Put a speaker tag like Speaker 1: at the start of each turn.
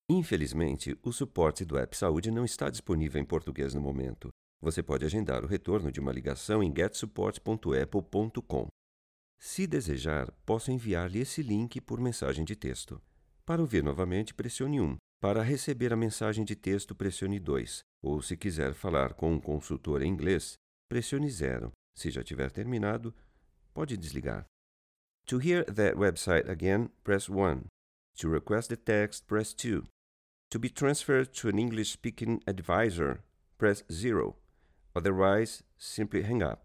Speaker 1: Infelizmente, o suporte do App Saúde não está disponível em português no momento. Você pode agendar o retorno de uma ligação em getsupport.apple.com. Se desejar, posso enviar-lhe esse link por mensagem de texto. Para ouvir novamente, pressione 1. Para receber a mensagem de texto, pressione 2. Ou, se quiser falar com um consultor em inglês, pressione 0. Se já tiver terminado, pode desligar. To hear that website again, press 1. To request the text, press 2. To be transferred to an English-speaking advisor, press 0. Otherwise, simply hang up.